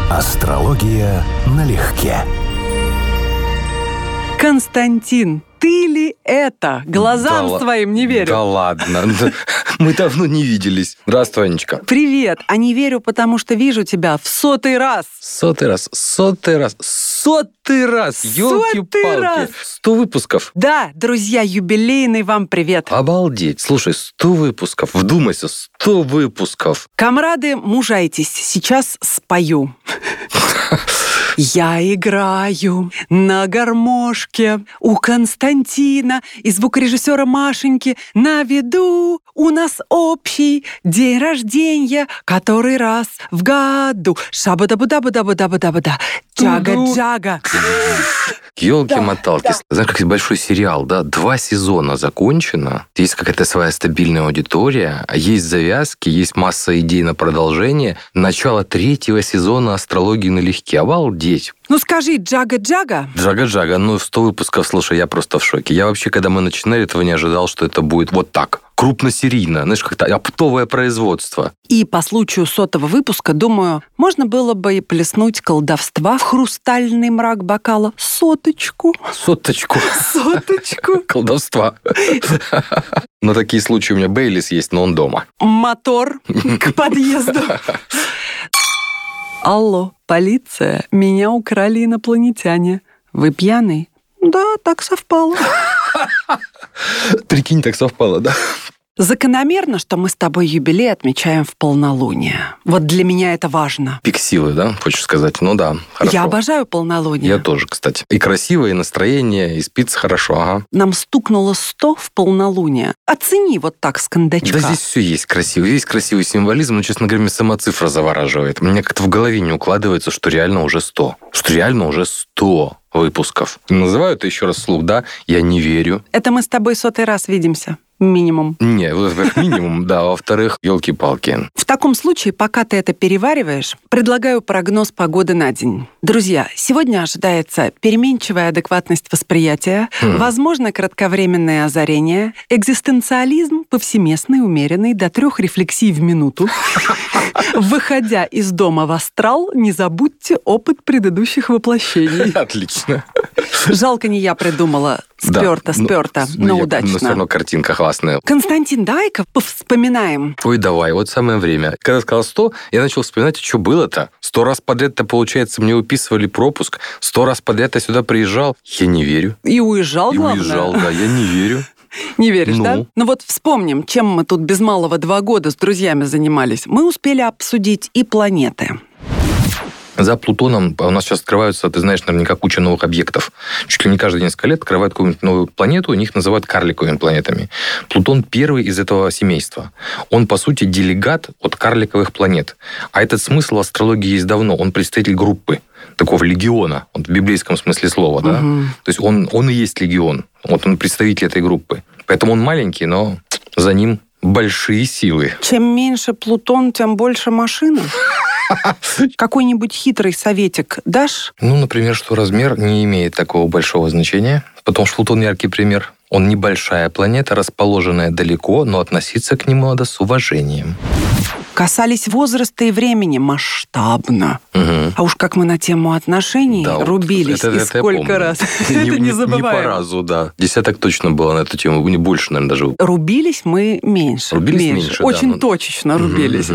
Астрология налегке. Константин, ты ли это? Глазам своим не верю. Да ладно. Мы давно не виделись. Здравствуй, Анечка. Привет. А не верю, потому что вижу тебя в 100-й раз. 100-й раз. 100-й раз. Ёлки-палки. 100 выпусков. Да, друзья, юбилейный вам привет. Обалдеть. Слушай, 100 выпусков. Вдумайся, 100 выпусков. Комрады, мужайтесь. Сейчас спою. Я играю на гармошке у Константина и звукорежиссера Машеньки на виду. У нас общий день рождения, который раз в году. Шаба-да-бу-да-бу-да-бу-да-бу-да-бу-да. Джага-джага. Ёлки-моталки. Знаешь, как большой сериал, да? 2 сезона закончено. Есть какая-то своя стабильная аудитория, а есть завязки, есть масса идей на продолжение. Начало 3-го сезона астрологии налегке. Обалдеть. Ну скажи, джага-джага? Джага-джага. Ну, 100 выпусков, слушай, я просто в шоке. Я вообще, когда мы начинали, этого не ожидал, что это будет вот так. Крупносерийно. Знаешь, как-то оптовое производство. И по случаю 100-го выпуска, думаю, можно было бы и плеснуть колдовства в хрустальный мрак бокала. Соточку. Соточку. Колдовства. На такие случаи у меня Бейлис есть, но он дома. Мотор к подъезду. Алло, полиция, меня украли инопланетяне. Вы пьяный? Да, так совпало. Прикинь, так совпало, да? Закономерно, что мы с тобой юбилей отмечаем в полнолуние. Вот для меня это важно. Пик силы, да, хочешь сказать? Ну да, хорошо. Я обожаю полнолуние. Я тоже, кстати. И красиво, и настроение, и спится хорошо, ага. Нам стукнуло 100 в полнолуние. Оцени вот так с кондачка. Да здесь все есть красиво. Есть красивый символизм, но, честно говоря, сама цифра завораживает. Мне как-то в голове не укладывается, что реально уже 100. Что реально уже 100 выпусков. Называю это еще раз вслух, да? Я не верю. Это мы с тобой 100-й раз видимся. Минимум. Не, во-первых, минимум, да. Во-вторых, ёлки-палки. В таком случае, пока ты это перевариваешь, предлагаю прогноз погоды на день. Друзья, сегодня ожидается переменчивая адекватность восприятия, возможно, кратковременное озарение, экзистенциализм повсеместный, умеренный, до 3 рефлексий в минуту. Выходя из дома в астрал, не забудьте опыт предыдущих воплощений. Отлично. Жалко, не я придумала. Сперто, но удачно. Но все равно картинка классная. Константин, давай-ка повспоминаем. Ой, давай, вот самое время. Когда сказал 100, я начал вспоминать, что было-то. 100 раз подряд-то, получается, мне выписывали пропуск. 100 раз подряд я сюда приезжал. Я не верю. И уезжал, главное. Уезжал, да, я не верю. Не веришь, да? Ну вот вспомним, чем мы тут без малого 2 года с друзьями занимались. Мы успели обсудить и планеты. За Плутоном у нас сейчас открываются, ты знаешь, наверняка куча новых объектов. Чуть ли не каждые несколько лет открывают какую-нибудь новую планету, и их называют карликовыми планетами. Плутон первый из этого семейства. Он, по сути, делегат от карликовых планет. А этот смысл в астрологии есть давно. Он представитель группы, такого легиона, вот в библейском смысле слова. Да? То есть он и есть легион. Вот он представитель этой группы. Поэтому он маленький, но за ним большие силы. Чем меньше Плутон, тем больше машина. Какой-нибудь хитрый советик дашь? Ну, например, что размер не имеет такого большого значения, потому что Плутон яркий пример. Он небольшая планета, расположенная далеко, но относиться к нему надо с уважением. Касались возраста и времени масштабно. А уж как мы на тему отношений рубились, и сколько раз. Это не забываем. Не по разу, да. Десяток точно было на эту тему, не больше, наверное, даже. Рубились мы меньше. Рубились меньше, очень да, точечно рубились.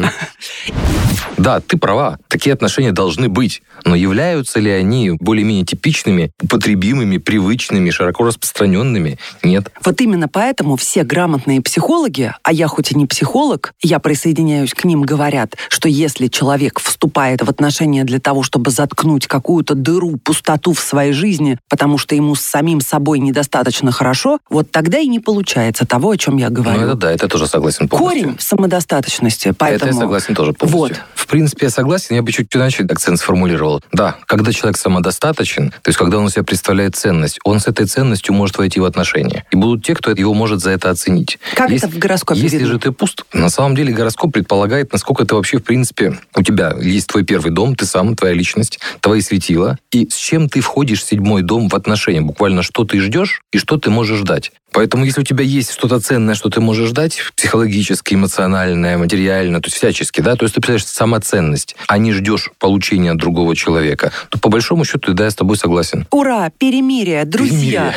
Да, ты права. Такие отношения должны быть. Но являются ли они более-менее типичными, употребимыми, привычными, широко распространенными? Нет. Вот именно поэтому все грамотные психологи, а я хоть и не психолог, я присоединяюсь к ним, говорят, что если человек вступает в отношения для того, чтобы заткнуть какую-то дыру, пустоту в своей жизни, потому что ему с самим собой недостаточно хорошо, вот тогда и не получается того, о чем я говорю. Ну, это да, это тоже согласен полностью. Корень в самодостаточности, поэтому... Это я согласен тоже полностью. Вот. В принципе, я согласен, я бы чуть иначе акцент сформулировал. Да, когда человек самодостаточен, то есть когда он у себя представляет ценность, он с этой ценностью может войти в отношения. И будут те, кто его может за это оценить. Как это в гороскопе Если видно? же ты пуст, на самом деле гороскоп предполагает, насколько ты вообще, в принципе, у тебя есть твой первый дом, ты сам, твоя личность, твои светила, и с чем ты входишь в 7-й дом в отношения. Буквально, что ты ждешь и что ты можешь ждать. Поэтому если у тебя есть что-то ценное, что ты можешь дать, психологически, эмоционально, материально, то есть всячески, да, то есть ты представляешь самоценность, а не ждешь получения от другого человека, то по большому счету, да, я с тобой согласен. Ура! Перемирие, друзья!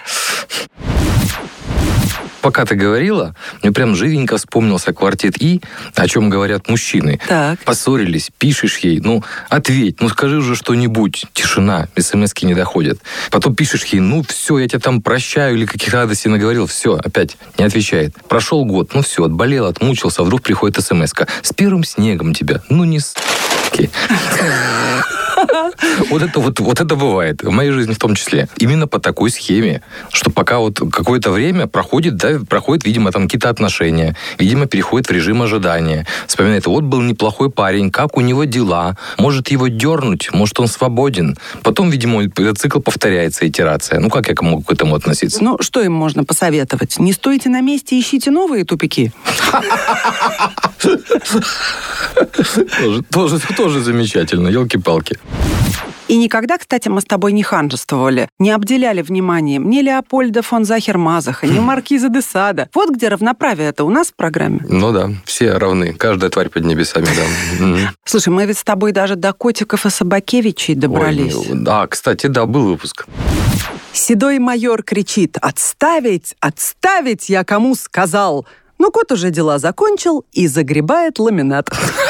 Пока ты говорила, мне прям живенько вспомнился квартет И, о чем говорят мужчины. Так. Поссорились, пишешь ей, ответь, скажи уже что-нибудь. Тишина, смс-ки не доходят. Потом пишешь ей, все, я тебя там прощаю, или каких радостей наговорил, все, опять не отвечает. Прошел год, все, отболел, отмучился, вдруг приходит смс-ка. С первым снегом тебя, не с***ки. Вот это бывает, в моей жизни в том числе. Именно по такой схеме, что пока какое-то время проходит, видимо, там какие-то отношения, видимо, переходит в режим ожидания. Вспоминает, был неплохой парень, как у него дела, может его дернуть, может он свободен. Потом, видимо, этот цикл повторяется, итерация. Как я могу к этому относиться? Что им можно посоветовать? Не стойте на месте, ищите новые тупики. Тоже замечательно, елки-палки. И никогда, кстати, мы с тобой не ханжествовали, не обделяли вниманием ни Леопольда фон Захер-Мазаха, ни Маркиза де Сада. Вот где равноправие-то у нас в программе. Да, все равны. Каждая тварь под небесами, да. Слушай, мы ведь с тобой даже до котиков и собакевичей добрались. Кстати, да, был выпуск. Седой майор кричит: «Отставить! Отставить! Я кому сказал!» Кот уже дела закончил и загребает ламинат.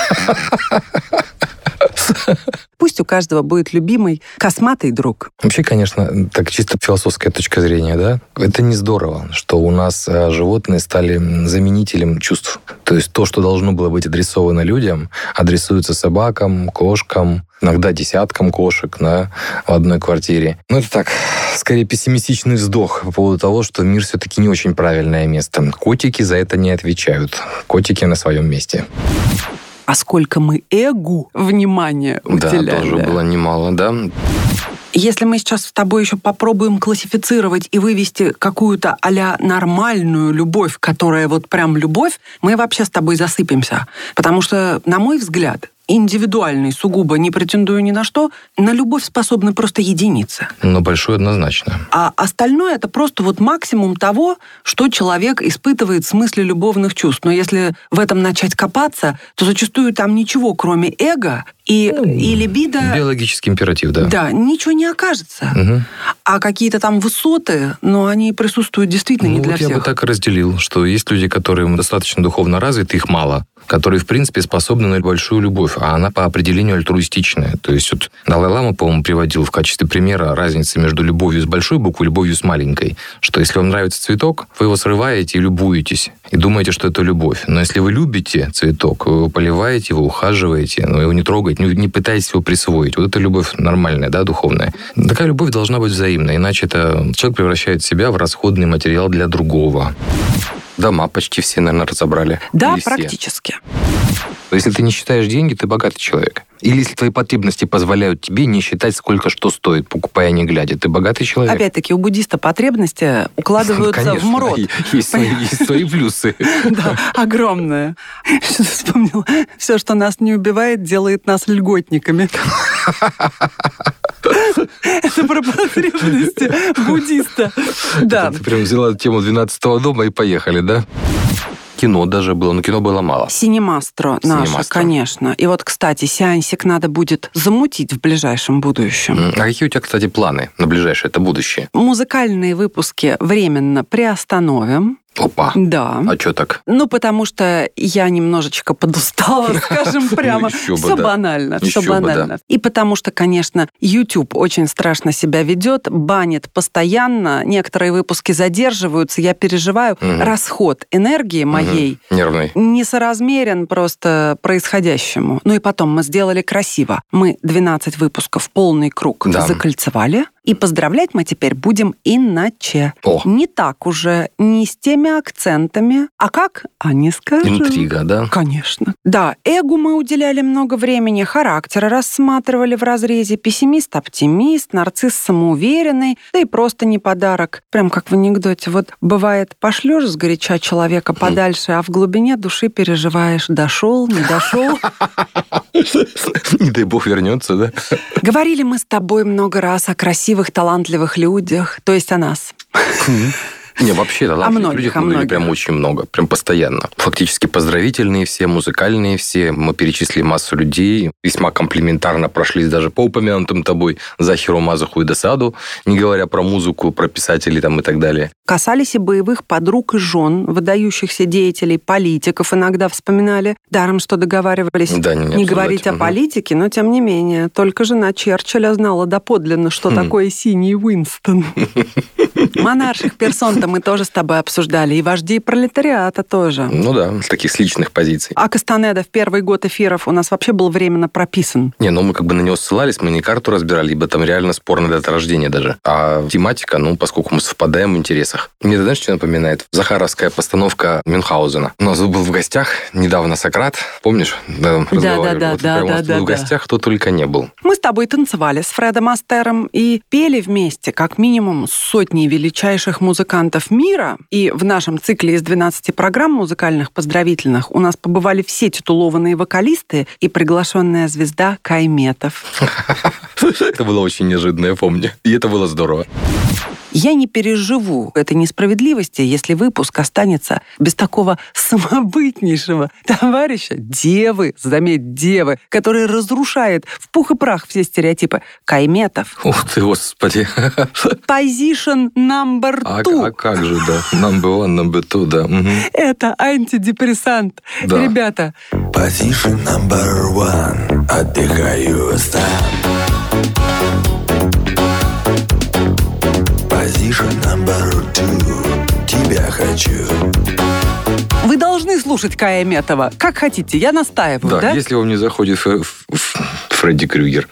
Пусть у каждого будет любимый косматый друг. Вообще, конечно, так чисто философская точка зрения, да, это не здорово, что у нас животные стали заменителем чувств. То есть то, что должно было быть адресовано людям, адресуется собакам, кошкам, иногда десяткам кошек, в одной квартире. Это так, скорее пессимистичный вздох по поводу того, что мир все-таки не очень правильное место. Котики за это не отвечают. Котики на своем месте. А сколько мы эгу внимания уделяли. Да, тоже было немало, да. Если мы сейчас с тобой еще попробуем классифицировать и вывести какую-то а-ля нормальную любовь, которая прям любовь, мы вообще с тобой засыпемся. Потому что, на мой взгляд, индивидуальный, сугубо, не претендую ни на что, на любовь способны просто единицы. Но большую однозначно. А остальное это просто максимум того, что человек испытывает в смысле любовных чувств. Но если в этом начать копаться, то зачастую там ничего, кроме эго и либидо... Биологический императив, да. Да, ничего не окажется. Угу. А какие-то там высоты, они присутствуют действительно не для всех. Я бы так и разделил, что есть люди, которые достаточно духовно развиты, их мало, которые, в принципе, способны на большую любовь, а она по определению альтруистичная. То есть Далай-лама, по-моему, приводил в качестве примера разницу между любовью с большой буквы и любовью с маленькой. Что если вам нравится цветок, вы его срываете и любуетесь, и думаете, что это любовь. Но если вы любите цветок, вы его поливаете, вы ухаживаете, но его не трогаете, не пытаетесь его присвоить. Вот это любовь нормальная, да, духовная. Такая любовь должна быть взаимной, иначе человек превращает себя в расходный материал для другого. Дома почти все, наверное, разобрали. Да, практически. Если ты не считаешь деньги, ты богатый человек. Или если твои потребности позволяют тебе не считать, сколько что стоит, покупая не глядя, ты богатый человек. Опять-таки, у буддиста потребности укладываются в МРОД. Есть свои плюсы. Да, огромные. Что-то вспомнила. Все, что нас не убивает, делает нас льготниками. Это про потребности буддиста. Да. Ты прям взяла тему 12-го дома и поехали, да? Кино даже было, но кино было мало. Синемастро наше, конечно. И кстати, сеансик надо будет замутить в ближайшем будущем. А какие у тебя, кстати, планы на ближайшее, это будущее? Музыкальные выпуски временно приостановим. Опа. Да. А что так? Потому что я немножечко подустала, скажем прямо. Все банально, все банально. И потому что, конечно, YouTube очень страшно себя ведет, банит постоянно, некоторые выпуски задерживаются, я переживаю. Расход энергии моей нервной несоразмерен просто происходящему. И потом мы сделали красиво. Мы 12 выпусков полный круг закольцевали. И поздравлять мы теперь будем иначе. Не так уже, не с теми акцентами. А как? А не скажу. Интрига, да? Конечно. Да, эгу мы уделяли много времени, характеры рассматривали в разрезе. Пессимист, оптимист, нарцисс самоуверенный, да и просто не подарок. Прям как в анекдоте. Бывает, пошлешь сгоряча человека подальше, а в глубине души переживаешь, дошел, не дошел. Не дай бог вернется, да? Говорили мы с тобой много раз о красивых, талантливых людях, то есть о нас. Не, вообще, талантливых людей мы говорили прям очень много, прям постоянно. Фактически поздравительные все, музыкальные все. Мы перечислили массу людей, весьма комплиментарно прошлись даже по упомянутым тобой Захиру Мазуху и Досаду, не говоря про музыку, про писателей там и так далее. Касались и боевых подруг и жен, выдающихся деятелей, политиков иногда вспоминали. Даром, что договаривались не говорить о политике, но тем не менее. Только жена Черчилля знала доподлинно, что такое синий Уинстон. Монарших персон-то мы тоже с тобой обсуждали, и вождей пролетариата тоже. Ну да, таких с личных позиций. А Кастанеда в первый год эфиров у нас вообще был временно прописан. Не, ну мы как бы на него ссылались, мы не карту разбирали, ибо там реально спорная дата рождения даже. А тематика, поскольку мы совпадаем в интересах. Мне, знаешь, что напоминает? Захаровская постановка Мюнхгаузена. У нас был в гостях недавно Сократ, помнишь? Да. В гостях кто только не был. Мы с тобой танцевали с Фредом Астером и пели вместе как минимум сотни величайших музыкантов мира. И в нашем цикле из 12 программ музыкальных поздравительных у нас побывали все титулованные вокалисты и приглашенная звезда Кай Метов. Это было очень неожиданно, я помню. И это было здорово. Я не переживу этой несправедливости, если выпуск останется без такого самобытнейшего товарища, девы, заметь, девы, который разрушает в пух и прах все стереотипы. Кай Метов. Ух ты, господи. Position number 2. А как же, да. Number one, number two, да. Угу. Это антидепрессант. Да. Ребята. Position number one. Отдыхаю сам. Position number two. Тебя хочу. Вы должны слушать Кая Метова. Как хотите, я настаиваю, да? Если вам не заходит Фредди Крюгер.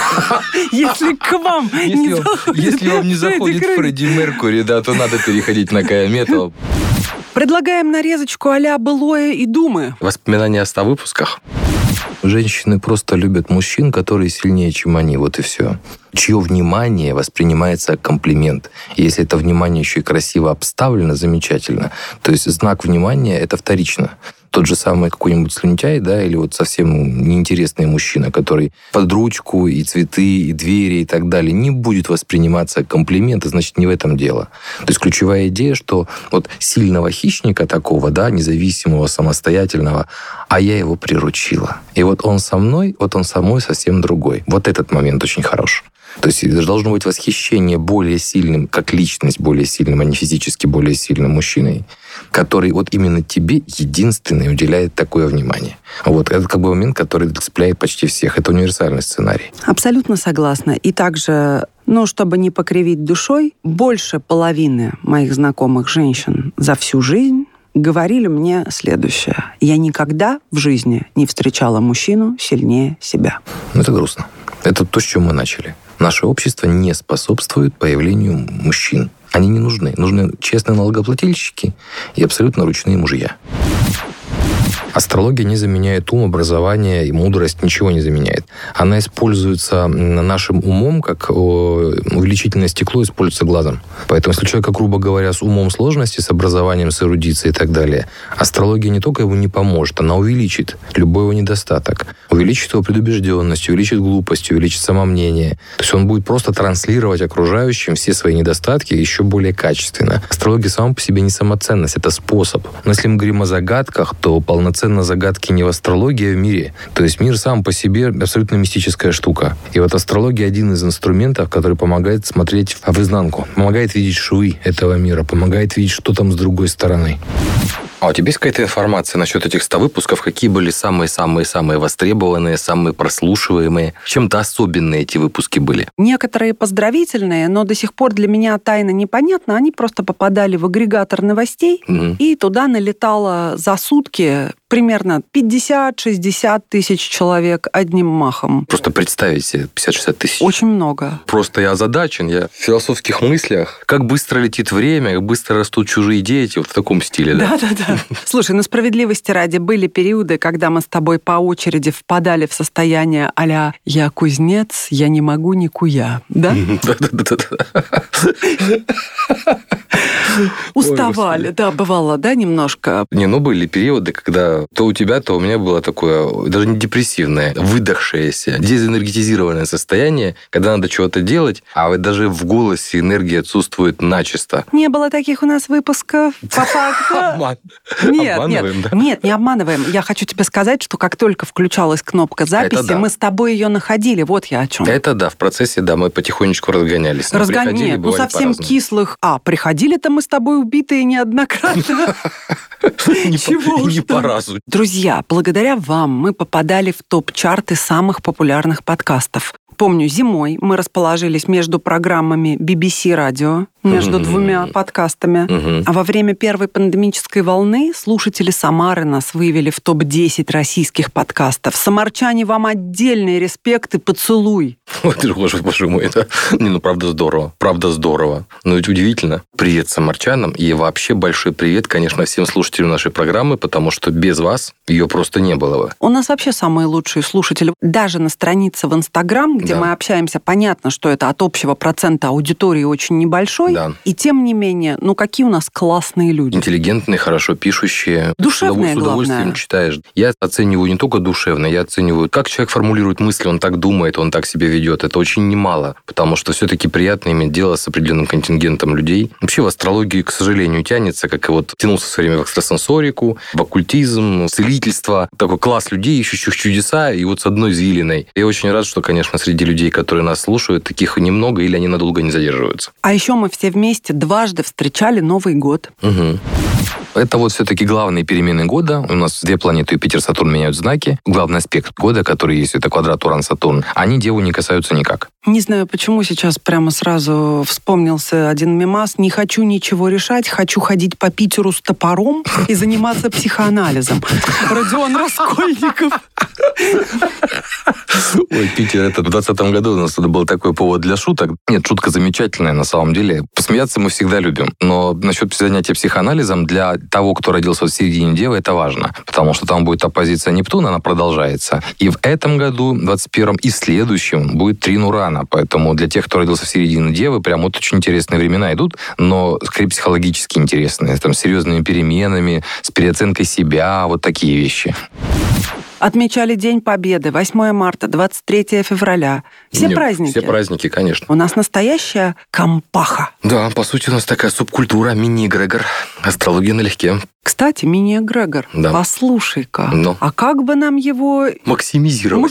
Если к вам не заходит Если вам не заходит Фредди Меркури, да, то надо переходить на Кая Метова. Предлагаем нарезочку а-ля былое и думы. Воспоминания о 100 выпусках. Женщины просто любят мужчин, которые сильнее, чем они, вот и все. Чье внимание воспринимается как комплимент. Если это внимание еще и красиво обставлено, замечательно. То есть знак внимания — это вторично. Тот же самый какой-нибудь слюнтяй, да, или вот совсем неинтересный мужчина, который под ручку и цветы, и двери, и так далее, не будет восприниматься как комплимент, и значит, не в этом дело. То есть ключевая идея, что вот сильного хищника такого, да, независимого, самостоятельного, а я его приручила. И вот он со мной, вот он со мной совсем другой. Вот этот момент очень хорош. То есть должно быть восхищение более сильным, как личность более сильным, а не физически более сильным мужчиной, который вот именно тебе единственный уделяет такое внимание. Вот это как бы момент, который цепляет почти всех. Это универсальный сценарий. Абсолютно согласна. И также, чтобы не покривить душой, больше половины моих знакомых женщин за всю жизнь говорили мне следующее. Я никогда в жизни не встречала мужчину сильнее себя. Это грустно. Это то, с чем мы начали. Наше общество не способствует появлению мужчин. Они не нужны. Нужны честные налогоплательщики и абсолютно ручные мужья. Астрология не заменяет ум, образование и мудрость, ничего не заменяет. Она используется нашим умом, как увеличительное стекло используется глазом. Поэтому, если человек, грубо говоря, с умом сложности, с образованием, с эрудицией и так далее, астрология не только ему не поможет, она увеличит любой его недостаток. Увеличит его предубежденность, увеличит глупость, увеличит самомнение. То есть он будет просто транслировать окружающим все свои недостатки еще более качественно. Астрология сама по себе не самоценность, это способ. Но если мы говорим о загадках, то полноценно загадки не в астрологии, а в мире. То есть мир сам по себе абсолютно мистическая штука. И вот астрология один из инструментов, который помогает смотреть в изнанку, помогает видеть швы этого мира, помогает видеть, что там с другой стороны. А у тебя есть какая-то информация насчет этих 100 выпусков? Какие были самые-самые-самые востребованные, самые прослушиваемые? Чем-то особенные эти выпуски были? Некоторые поздравительные, но до сих пор для меня тайна непонятна. Они просто попадали в агрегатор новостей, и туда налетало за сутки примерно 50-60 тысяч человек одним махом. Просто представить себе 50-60 тысяч. Очень много. Просто я озадачен, я в философских мыслях. Как быстро летит время, как быстро растут чужие дети, вот в таком стиле, да? Да. Слушай, справедливости ради, были периоды, когда мы с тобой по очереди впадали в состояние а-ля «я кузнец, я не могу никуя», да? Да. Уставали, да, бывало, да, немножко. Были периоды, когда то у тебя, то у меня было такое, даже не депрессивное, выдохшееся, дезэнергетизированное состояние, когда надо чего-то делать, а вот даже в голосе энергия отсутствует начисто. Не было таких у нас выпусков, по факту. Нет, не обманываем. Я хочу тебе сказать, что как только включалась кнопка записи, мы с тобой ее находили. Вот я о чем. Это да, в процессе, да, мы потихонечку разгонялись. Нет, совсем кислых. Приходили-то мы с тобой убитые неоднократно. Не по разу. Друзья, благодаря вам мы попадали в топ-чарты самых популярных подкастов. Помню, зимой мы расположились между программами BBC радио, между двумя подкастами. А во время первой пандемической волны слушатели Самары нас вывели в топ-10 российских подкастов. Самарчане, вам отдельный респект и поцелуй. Боже мой, это правда здорово. Правда здорово. Но ведь удивительно. Привет самарчанам и вообще большой привет, конечно, всем слушателям нашей программы, потому что без вас ее просто не было бы. У нас вообще самые лучшие слушатели. Даже на странице в Инстаграм, где мы общаемся, понятно, что это от общего процента аудитории очень небольшой. Да. И тем не менее, какие у нас классные люди. Интеллигентные, хорошо пишущие. Душевные, с удовольствием главное. Читаешь. Я оцениваю не только душевно, я оцениваю, как человек формулирует мысли, он так думает, он так себя ведет. Это очень немало, потому что все-таки приятно иметь дело с определенным контингентом людей. Вообще в астрологии, к сожалению, тянется, как и тянулся в свое время в экстрасенсорику, в оккультизм, целительство. Такой класс людей, ищущих чудеса, и с одной извилиной. Я очень рад, что, конечно, среди людей, которые нас слушают, таких немного, или они надолго не задерживаются. А еще мы все вместе дважды встречали Новый год. Угу. Это все-таки главные перемены года. У нас две планеты Юпитер, Сатурн меняют знаки. Главный аспект года, который есть, это квадрат Уран-Сатурн. Они Деву не касаются никак. Не знаю, почему сейчас прямо сразу вспомнился один мемас. Не хочу ничего решать, хочу ходить по Питеру с топором и заниматься психоанализом. Родион Раскольников. Ой, Питер, в 2020 году у нас был такой повод для шуток. Нет, шутка замечательная на самом деле. Посмеяться мы всегда любим. Но насчет занятия психоанализом для того, кто родился в середине Девы, это важно. Потому что там будет оппозиция Нептуна, она продолжается. И в этом году, в 21-м, и следующем будет трин Урана. Поэтому для тех, кто родился в середине Девы, прям очень интересные времена идут, но скорее психологически интересные. С серьезными переменами, с переоценкой себя, такие вещи. Отмечали День Победы, 8 марта, 23 февраля. Все праздники. Все праздники, конечно. У нас настоящая компаха. Да, по сути, у нас такая субкультура, мини-эгрегор. Астрология налегке. Кстати, мини-эгрегор. Да. Послушай-ка. А как бы нам его... Максимизировать.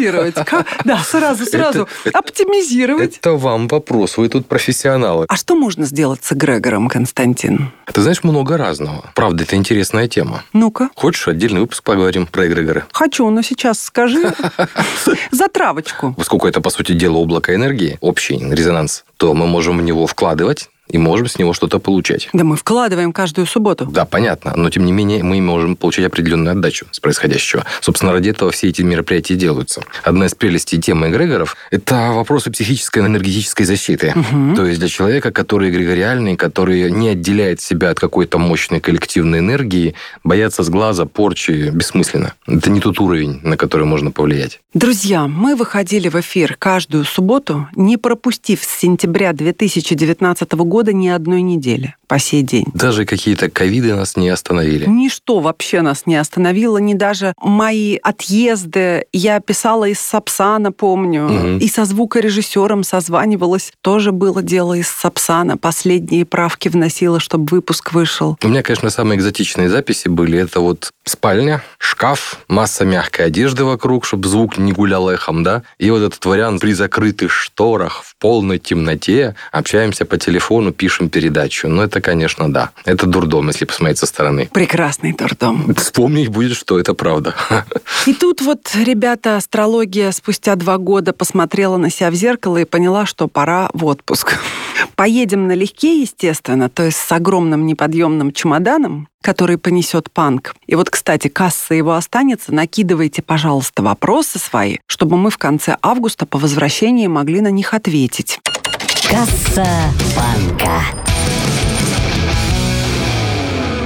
Да, сразу. Оптимизировать. Это вам вопрос, вы тут профессионалы. А что можно сделать с эгрегором, Константин? Ты знаешь, много разного. Правда, это интересная тема. Ну-ка. Хочешь, отдельный выпуск поговорим про эгрегоры? Хочу, но сейчас скажи затравочку. Поскольку это, по сути дела, облако энергии, общий резонанс, то мы можем в него вкладывать и можем с него что-то получать. Да мы вкладываем каждую субботу. Да, понятно. Но, тем не менее, мы можем получать определенную отдачу с происходящего. Собственно, ради этого все эти мероприятия делаются. Одна из прелестей темы эгрегоров – это вопросы психической энергетической защиты. То есть для человека, который эгрегориальный, который не отделяет себя от какой-то мощной коллективной энергии, бояться сглаза, порчи бессмысленно. Это не тот уровень, на который можно повлиять. Друзья, мы выходили в эфир каждую субботу, не пропустив с сентября 2019 года ни одной недели по сей день. Даже какие-то ковиды нас не остановили. Ничто вообще нас не остановило, ни даже мои отъезды. Я писала из Сапсана, помню, и со звукорежиссером созванивалась. Тоже было дело из Сапсана. Последние правки вносила, чтобы выпуск вышел. У меня, конечно, самые экзотичные записи были. Это спальня, шкаф, масса мягкой одежды вокруг, чтобы звук не гулял эхом, да? И этот вариант при закрытых шторах, в полной темноте, общаемся по телефону, пишем передачу. Но это, конечно, да. Это дурдом, если посмотреть со стороны. Прекрасный дурдом. Вспомнить будет, что это правда. И тут ребята, астрология спустя 2 года посмотрела на себя в зеркало и поняла, что пора в отпуск. Поедем налегке, естественно, то есть с огромным неподъемным чемоданом, который понесет панк. И кстати, касса его останется. Накидывайте, пожалуйста, вопросы свои, чтобы мы в конце августа по возвращении могли на них ответить. Касса панка.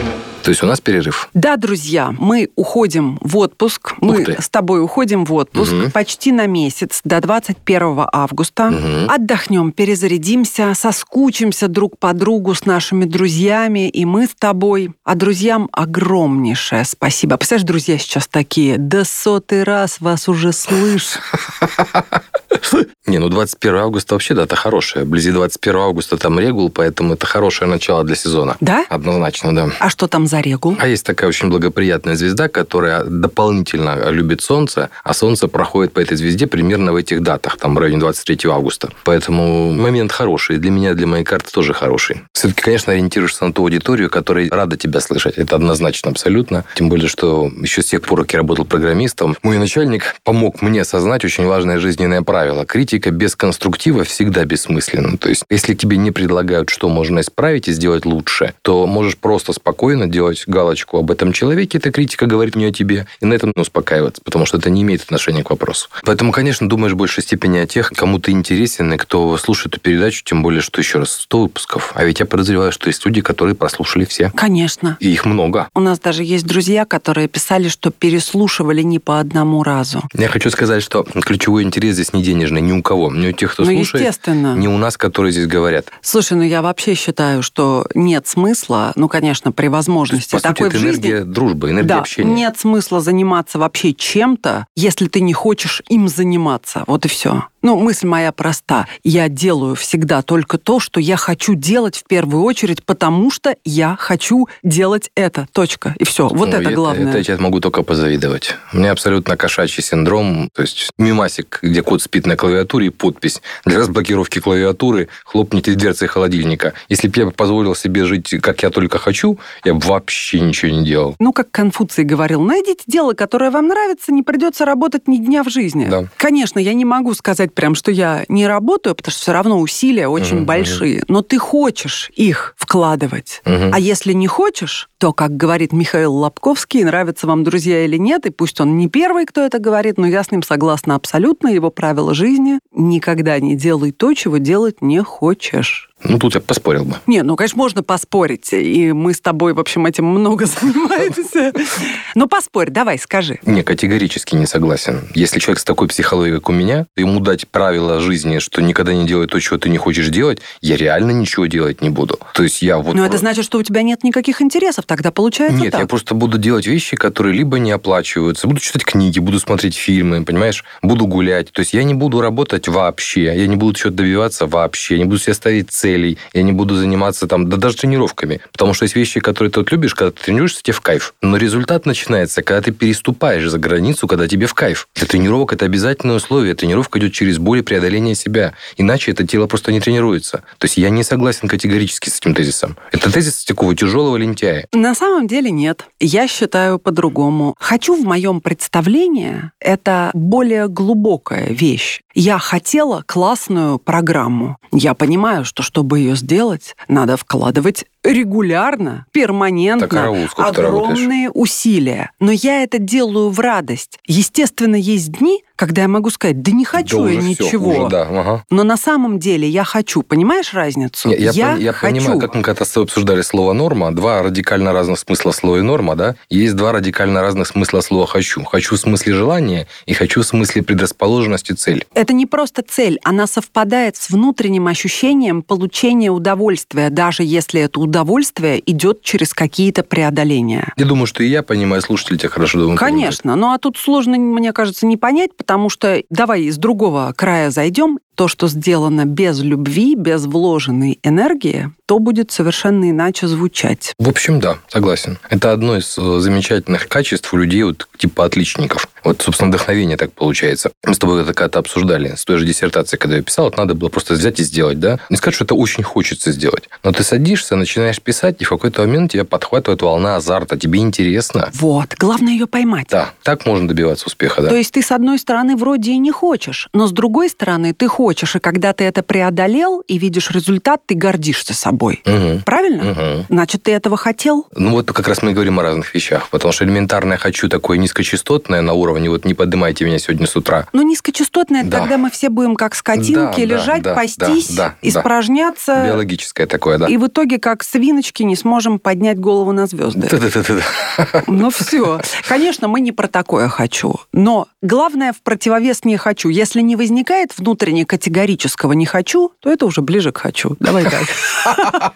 То есть у нас перерыв? Да, друзья, мы уходим в отпуск. Мы с тобой уходим в отпуск почти на месяц, до 21 августа. Отдохнем, перезарядимся, соскучимся друг по другу с нашими друзьями, и мы с тобой. А друзьям огромнейшее спасибо. Представляешь, друзья сейчас такие: да 100-й раз вас уже слышу. Не, 21 августа вообще дата хорошая. Вблизи 21 августа там регул, поэтому это хорошее начало для сезона. Да? Однозначно, да. А что там за регул? А есть такая очень благоприятная звезда, которая дополнительно любит Солнце, а Солнце проходит по этой звезде примерно в этих датах, там в районе 23 августа. Поэтому момент хороший. Для меня, для моей карты тоже хороший. Все-таки, конечно, ориентируешься на ту аудиторию, которая рада тебя слышать. Это однозначно, абсолютно. Тем более, что еще с тех пор, как я работал программистом, мой начальник помог мне осознать очень важное жизненное правило. Критика без конструктива всегда бессмысленна. То есть, если тебе не предлагают, что можно исправить и сделать лучше, то можешь просто спокойно делать галочку об этом человеке, эта критика говорит не о тебе, и на этом успокаиваться, потому что это не имеет отношения к вопросу. Поэтому, конечно, думаешь в большей степени о тех, кому ты интересен, и кто слушает эту передачу, тем более, что еще раз 100 выпусков. А ведь я подозреваю, что есть люди, которые прослушали все. Конечно. И их много. У нас даже есть друзья, которые писали, что переслушивали не по одному разу. Я хочу сказать, что ключевой интерес здесь не денежный ни у кого. Ни у тех, кто слушает, естественно. Ни у нас, которые здесь говорят. Слушай, я вообще считаю, что нет смысла, конечно, при возможности по такой сути, это в жизни... энергия дружбы, энергия общения. Нет смысла заниматься вообще чем-то, если ты не хочешь им заниматься. Вот и все. Мысль моя проста. Я делаю всегда только то, что я хочу делать в первую очередь, потому что я хочу делать это. Точка. И все. Вот это главное. Это я тебе могу только позавидовать. У меня абсолютно кошачий синдром. То есть мемасик, где кот спит на клавиатуре, и подпись: для разблокировки клавиатуры хлопните дверцей холодильника. Если бы я позволил себе жить, как я только хочу, я бы вообще ничего не делал. Как Конфуций говорил, найдите дело, которое вам нравится, не придется работать ни дня в жизни. Да. Конечно, я не могу сказать прям, что я не работаю, потому что все равно усилия очень большие, но ты хочешь их вкладывать. А если не хочешь, то, как говорит Михаил Лобковский, нравятся вам друзья или нет, и пусть он не первый, кто это говорит, но я с ним согласна абсолютно, его правило жизни: никогда не делай то, чего делать не хочешь. Тут я поспорил бы. Нет, конечно, можно поспорить. И мы с тобой, в общем, этим много занимаемся. Но поспорь, давай, скажи. Не, категорически не согласен. Если человек с такой психологией, как у меня, ему дать правила жизни, что никогда не делай то, чего ты не хочешь делать, я реально ничего делать не буду. То есть я вот... это значит, что у тебя нет никаких интересов, тогда получается Нет, так. я просто буду делать вещи, которые либо не оплачиваются, буду читать книги, буду смотреть фильмы, понимаешь? Буду гулять. То есть я не буду работать вообще, я не буду чего-то добиваться вообще, я не буду себе ставить целей, я не буду заниматься даже тренировками. Потому что есть вещи, которые ты любишь, когда ты тренируешься, тебе в кайф. Но результат начинается, когда ты переступаешь за границу, когда тебе в кайф. Для тренировок это обязательное условие. Тренировка идет через боль и преодоление себя. Иначе это тело просто не тренируется. То есть я не согласен категорически с этим тезисом. Это тезис такого тяжелого лентяя. На самом деле нет. Я считаю по-другому. «Хочу» в моем представлении – это более глубокая вещь. Я хотела классную программу. Я понимаю, что чтобы ее сделать, надо вкладывать регулярно, перманентно, огромные усилия. Но я это делаю в радость. Естественно, есть дни, когда я могу сказать: да не хочу я ничего. Уже, да. Ага. Но на самом деле я хочу. Понимаешь разницу? Я понимаю, как мы когда-то с тобой обсуждали слово «норма», два радикально разных смысла слова «норма», да? И есть два радикально разных смысла слова «хочу». «Хочу» в смысле желания и «хочу» в смысле предрасположенности, цель. Это не просто цель, она совпадает с внутренним ощущением получения удовольствия, даже если это удовольствие идет через какие-то преодоления. Я думаю, что и я понимаю, слушатели тебя хорошо думают. Конечно, а тут сложно, мне кажется, не понять, потому что давай с другого края зайдем. То, что сделано без любви, без вложенной энергии, то будет совершенно иначе звучать. В общем, да, согласен. Это одно из замечательных качеств у людей, типа отличников. Собственно, вдохновение так получается. Мы с тобой это когда-то обсуждали с той же диссертацией, когда я писал, это надо было просто взять и сделать, да? Не сказать, что это очень хочется сделать. Но ты садишься, начинаешь писать, и в какой-то момент тебя подхватывает волна азарта, тебе интересно. Главное ее поймать. Да, так можно добиваться успеха, да. То есть ты, с одной стороны, вроде и не хочешь, но с другой стороны, ты хочешь. хочешь, и когда ты это преодолел и видишь результат, ты гордишься собой. Правильно? Значит, ты этого хотел? Ну вот как раз мы говорим о разных вещах, потому что элементарное «хочу» такое низкочастотное на уровне «вот не поднимайте меня сегодня с утра». Ну, низкочастотное, Да. тогда мы все будем как скотинки лежать, пастись, испражняться. Биологическое такое, да. И в итоге, как свиночки, не сможем поднять голову на звезды. Да-да-да. Ну все. Конечно, мы не про такое «хочу». Но главное в противовес «не хочу». Если не возникает внутренне категорического «не хочу», то это уже ближе к «хочу». Давай так.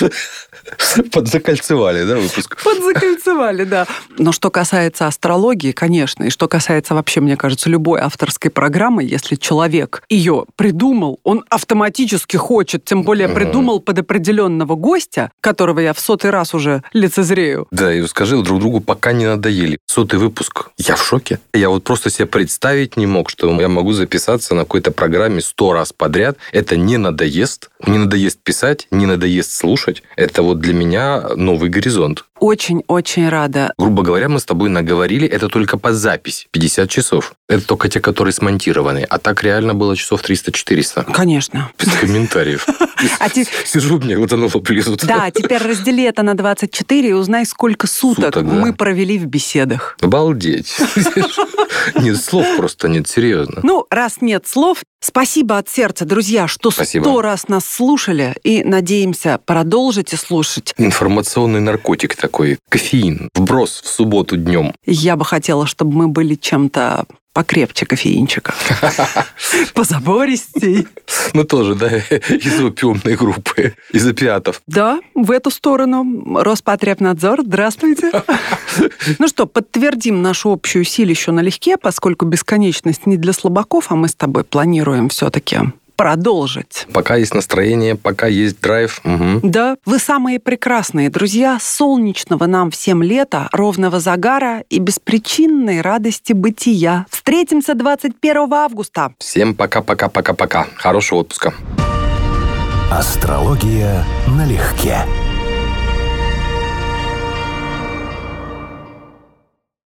Подзакольцевали, да, выпуск? Подзакольцевали, да. Но что касается астрологии, конечно, и что касается вообще, мне кажется, любой авторской программы, если человек ее придумал, он автоматически хочет, тем более придумал под определенного гостя, которого я в 100-й раз уже лицезрею. Да, и скажи друг другу, пока не надоели. 100-й выпуск. Я в шоке. Я вот просто себе представить не мог, что я могу записаться на какой-то программе 100 раз подряд. Это не надоест. Не надоест писать, не надоест слушать. Это вот для меня новый горизонт. Очень-очень рада. Грубо говоря, мы с тобой наговорили, это только по записи, 50 часов. Это только те, которые смонтированы. А так реально было часов 300-400. Конечно. Без комментариев. Сижу, мне вот оно лезут. Да, теперь раздели это на 24 и узнай, сколько суток мы провели в беседах. Обалдеть. Нет слов просто, нет, серьезно. Ну, раз нет слов, спасибо от сердца, друзья, что 100 раз нас слушали, и надеемся, продолжите слушать. Информационный наркотик такой, кофеин, вброс в субботу днем. Я бы хотела, чтобы мы были чем-то покрепче кофеинчика. Позабористей. Ну, тоже, да, из опиумной группы, из опиатов. Да, в эту сторону. Роспотребнадзор, здравствуйте. Ну что, подтвердим нашу общую силищу налегке, поскольку бесконечность не для слабаков, а мы с тобой планируем все-таки продолжить. Пока есть настроение, пока есть драйв. Угу. Да, вы самые прекрасные друзья, солнечного нам всем лета, ровного загара и беспричинной радости бытия. Встретимся 21 августа. Всем пока-пока-пока-пока. Хорошего отпуска. Астрология налегке.